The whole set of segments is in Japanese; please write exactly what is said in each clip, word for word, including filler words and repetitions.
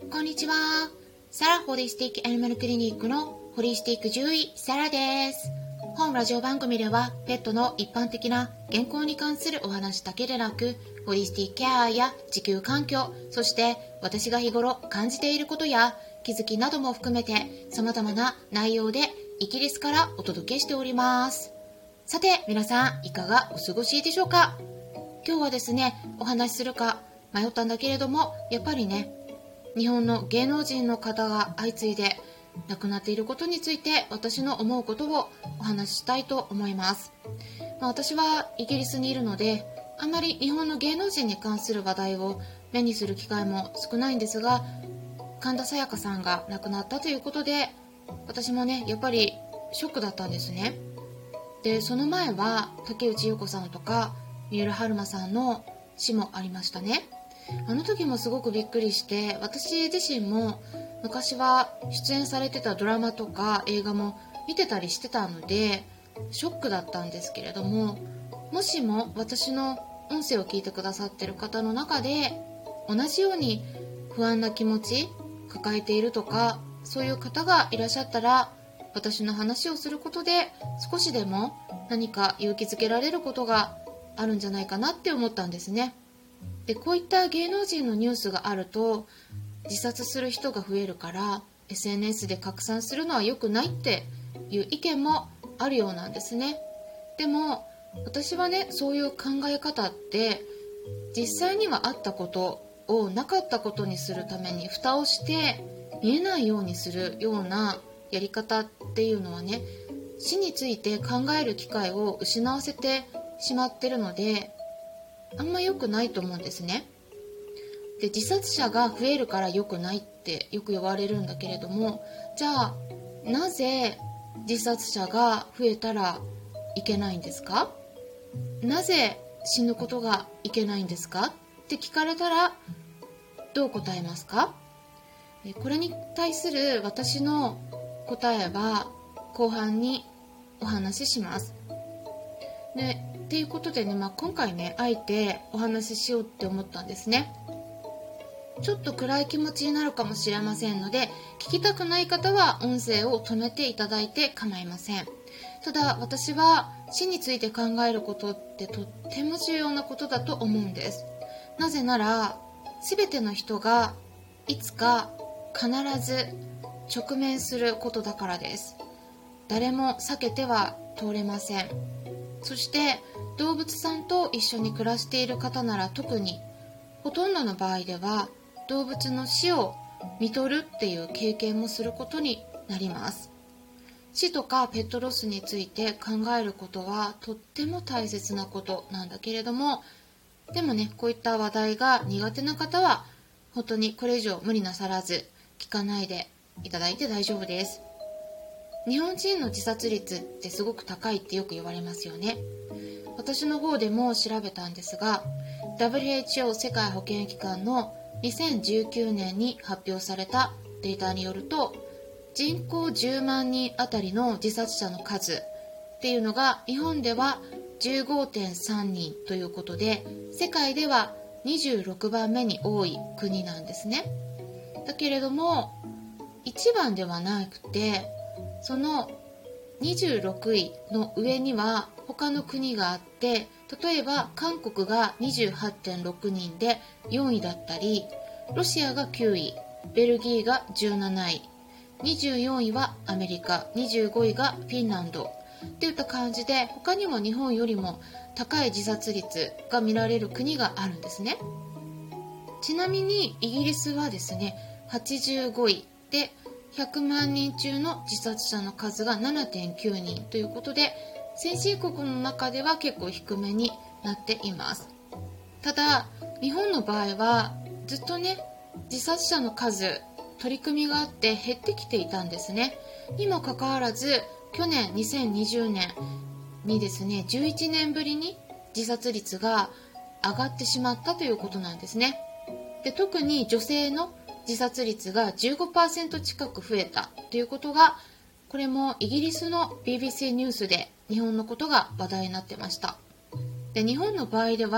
こんにちは。サラホリスティックアニマルクリニックのホリスティック獣医サラです。本ラジオ番組ではペットの一般的な健康に関するお話だけでなく、ホリスティックケアや地球環境、そして私が日頃感じていることや気づきなども含めて様々な内容でイギリスからお届けしております。さて皆さんいかがお過ごしでしょうか。今日はですね、お話しするか迷ったんだけれども、やっぱりね、日本の芸能人の方が相次いで亡くなっていることについて私の思うことをお話ししたいと思います。まあ、私はイギリスにいるのであまり日本の芸能人に関する話題を目にする機会も少ないんですが、神田沙也加さんが亡くなったということで私もねやっぱりショックだったんですね。でその前は竹内優子さんとか三浦春馬さんの死もありましたね。あの時もすごくびっくりして、私自身も昔は出演されてたドラマとか映画も見てたりしてたのでショックだったんですけれども、もしも私の音声を聞いてくださってる方の中で同じように不安な気持ち抱えているとか、そういう方がいらっしゃったら、私の話をすることで少しでも何か勇気づけられることがあるんじゃないかなって思ったんですね。でこういった芸能人のニュースがあると自殺する人が増えるから エスエヌエス で拡散するのは良くないっていう意見もあるようなんですね。でも私はね、そういう考え方って実際にはあったことをなかったことにするために蓋をして見えないようにするようなやり方っていうのはね、死について考える機会を失わせてしまってるのであんま良くないと思うんですね。で自殺者が増えるから良くないってよく言われるんだけれども、じゃあなぜ自殺者が増えたらいけないんですか？なぜ死ぬことがいけないんですかって聞かれたらどう答えますか？これに対する私の答えは後半にお話しします。でっていうことでね、まあ、今回ねあえてお話ししようって思ったんですね。ちょっと暗い気持ちになるかもしれませんので、聞きたくない方は音声を止めていただいて構いません。ただ私は死について考えることってとっても重要なことだと思うんです。なぜなら全ての人がいつか必ず直面することだからです。誰も避けては通れません。そして動物さんと一緒に暮らしている方なら特に、ほとんどの場合では動物の死を見とるっていう経験もすることになります。死とかペットロスについて考えることはとっても大切なことなんだけれども、でもね、こういった話題が苦手な方は本当にこれ以上無理なさらず聞かないでいただいて大丈夫です。日本人の自殺率ってすごく高いってよく言われますよね。私の方でも調べたんですが、 ダブリューエイチオー 世界保健機関のにせんじゅうきゅうねんに発表されたデータによると、人口じゅうまんにんあたりの自殺者の数っていうのが日本では じゅうごてんさんにんということで、世界ではにじゅうろくばんめに多い国なんですね。だけれどもいちばんではなくて、そのにじゅうろくいの上には他の国があって、例えば韓国が にじゅうはちてんろくにんでよんいだったり、ロシアがきゅうい、ベルギーがじゅうなない、にじゅうよんいはアメリカ、にじゅうごいがフィンランドっていった感じで、他にも日本よりも高い自殺率が見られる国があるんですね。ちなみにイギリスはですねはちじゅうごいで、ひゃくまんにん中の自殺者の数が ななてんきゅうにんということで、先進国の中では結構低めになっています。ただ日本の場合はずっとね自殺者の数取り組みがあって減ってきていたんですね。にもかかわらず去年にせんにじゅうねんにですねじゅういちねんぶりに自殺率が上がってしまったということなんですね。で特に女性の自殺率が じゅうごパーセント 近く増えたということが、これもイギリスの ビービーシー ニュースで日本のことが話題になってました。で日本の場合では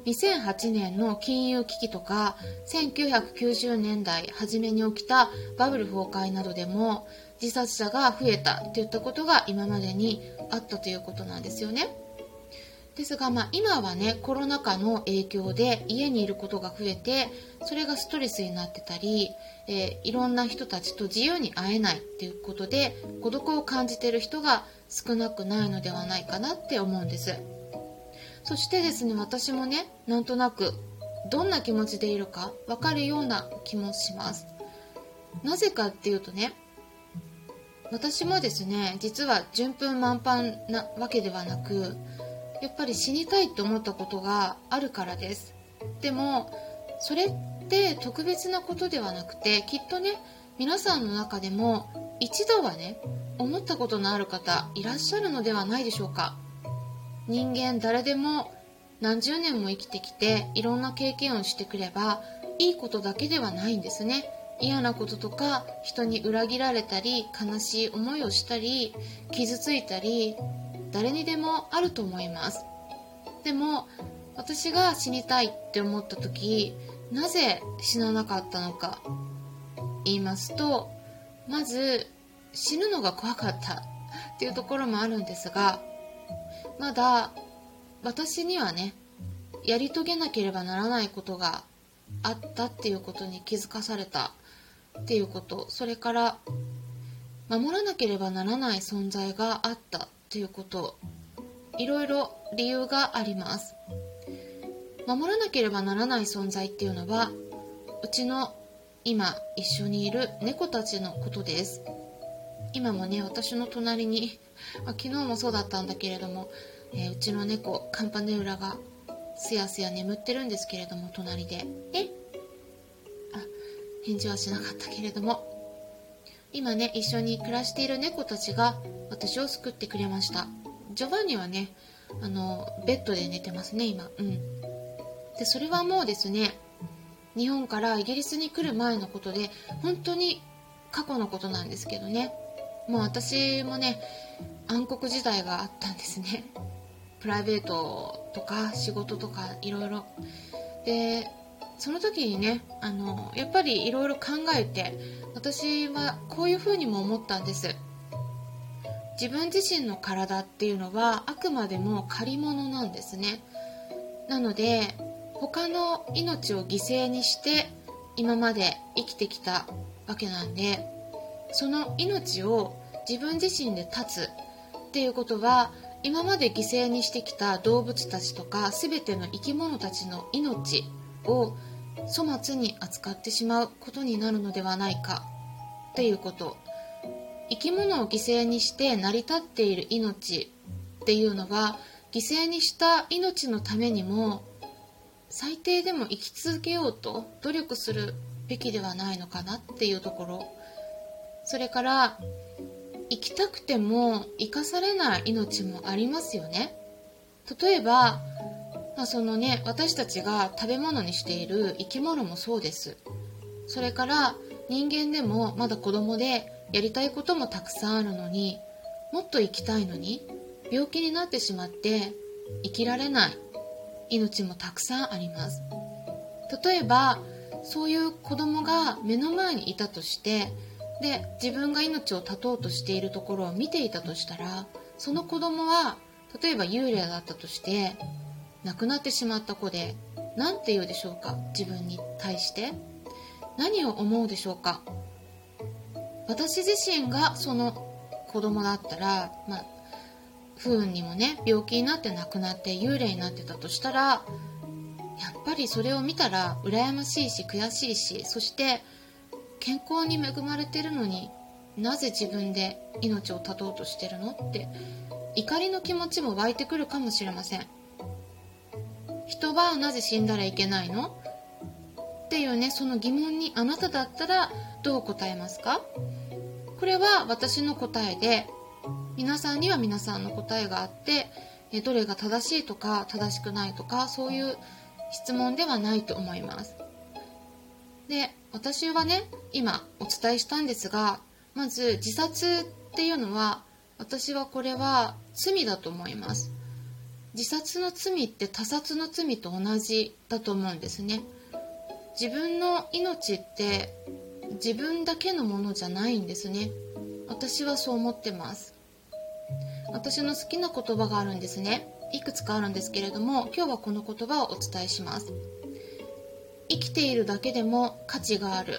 にせんはちねんの金融危機とかせんきゅうひゃくきゅうじゅうねんだい初めに起きたバブル崩壊などでも自殺者が増えたといったことが今までにあったということなんですよね。ですが、まあ、今はねコロナ禍の影響で家にいることが増えて、それがストレスになってたり、えー、いろんな人たちと自由に会えないっていうことで孤独を感じている人が少なくないのではないかなって思うんです。そしてですね、私もねなんとなくどんな気持ちでいるか分かるような気もします。なぜかっていうとね、私もですね実は順風満帆なわけではなく、やっぱり死にたいと思ったことがあるからです。でもそれって特別なことではなくて、きっとね皆さんの中でも一度はね思ったことのある方いらっしゃるのではないでしょうか。人間誰でも何十年も生きてきていろんな経験をしてくればいいことだけではないんですね。嫌なこととか人に裏切られたり悲しい思いをしたり傷ついたり誰にでもあると思います。でも私が死にたいって思った時、なぜ死ななかったのか言いますと、まず死ぬのが怖かったっていうところもあるんですが、まだ私にはねやり遂げなければならないことがあったっていうことに気づかされたっていうこと、それから守らなければならない存在があったっていうこと、いろいろ理由があります。守らなければならない存在っていうのはうちの今一緒にいる猫たちのことです。今もね私の隣に、まあ、昨日もそうだったんだけれども、えー、うちの猫カンパネウラがすやすや眠ってるんですけれども、隣でえあ返事はしなかったけれども、今ね一緒に暮らしている猫たちが私を救ってくれました。ジョバンニはねあのベッドで寝てますね今。うんでそれはもうですね日本からイギリスに来る前のことで、本当に過去のことなんですけどね、もう私もね暗黒時代があったんですね。プライベートとか仕事とかいろいろで、その時にねあのやっぱりいろいろ考えて、私はこういうふうにも思ったんです。自分自身の体っていうのはあくまでも借り物なんですね。なので他の命を犠牲にして今まで生きてきたわけなんで、その命を自分自身で断つっていうことは、今まで犠牲にしてきた動物たちとか全ての生き物たちの命を粗末に扱ってしまうことになるのではないかっていうこと。生き物を犠牲にして成り立っている命っていうのは、犠牲にした命のためにも最低でも生き続けようと努力するべきではないのかなっていうところ。それから生きたくても生かされない命もありますよね。例えば、まあ、そのね私たちが食べ物にしている生き物もそうです。それから人間でもまだ子供でやりたいこともたくさんあるのに、もっと生きたいのに病気になってしまって生きられない命もたくさんあります。例えばそういう子供が目の前にいたとして、で自分が命を絶とうとしているところを見ていたとしたら、その子供は例えば幽霊だったとして亡くなってしまった子で、何て言うでしょうか。自分に対して何を思うでしょうか。私自身がその子供だったら、まあ不運にもね病気になって亡くなって幽霊になってたとしたら、やっぱりそれを見たら羨ましいし悔しいし、そして健康に恵まれてるのになぜ自分で命を絶とうとしてるのって怒りの気持ちも湧いてくるかもしれません。人はなぜ死んだらいけないのっていうね、その疑問にあなただったらどう答えますか？これは私の答えで、皆さんには皆さんの答えがあって、どれが正しいとか正しくないとかそういう質問ではないと思います。で、私はね今お伝えしたんですが、まず自殺っていうのは私はこれは罪だと思います。 自殺の罪って他殺の罪と同じだと思うんですね。自分の命って自分だけのものじゃないんですね。私はそう思ってます。私の好きな言葉があるんですね。いくつかあるんですけれども、今日はこの言葉をお伝えします。生きているだけでも価値がある。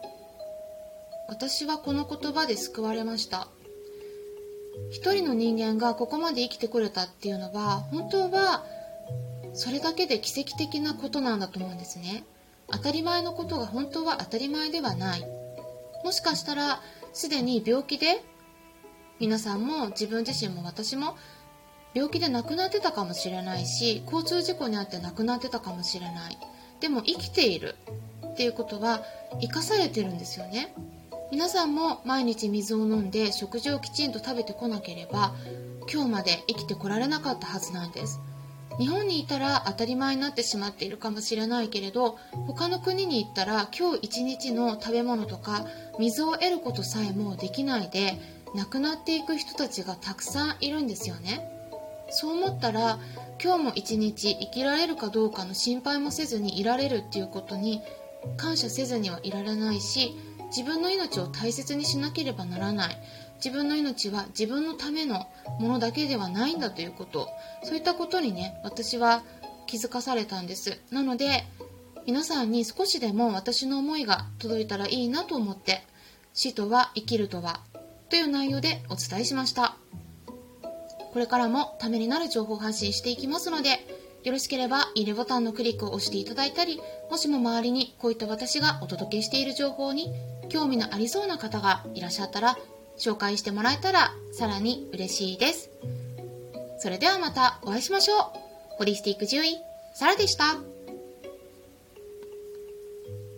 私はこの言葉で救われました。一人の人間がここまで生きてこれたっていうのは、本当はそれだけで奇跡的なことなんだと思うんですね。当たり前のことが本当は当たり前ではない。もしかしたらすでに病気で、皆さんも自分自身も私も病気で亡くなってたかもしれないし、交通事故に遭って亡くなってたかもしれない。でも生きているっていうことは生かされてるんですよね。皆さんも毎日水を飲んで食事をきちんと食べてこなければ今日まで生きてこられなかったはずなんです。日本にいたら当たり前になってしまっているかもしれないけれど、他の国に行ったら今日一日の食べ物とか水を得ることさえもできないで亡くなっていく人たちがたくさんいるんですよね。そう思ったら今日も一日生きられるかどうかの心配もせずにいられるっていうことに感謝せずにはいられないし、自分の命を大切にしなければならない。自分の命は自分のためのものだけではないんだということ、そういったことにね、私は気づかされたんです。なので皆さんに少しでも私の思いが届いたらいいなと思って、死とは生きるとはという内容でお伝えしました。これからもためになる情報を発信していきますので、よろしければいいねボタンのクリックを押していただいたり、もしも周りにこういった私がお届けしている情報に興味のありそうな方がいらっしゃったら紹介してもらえたらさらに嬉しいです。それではまたお会いしましょう。ホリスティック獣医、サラでした。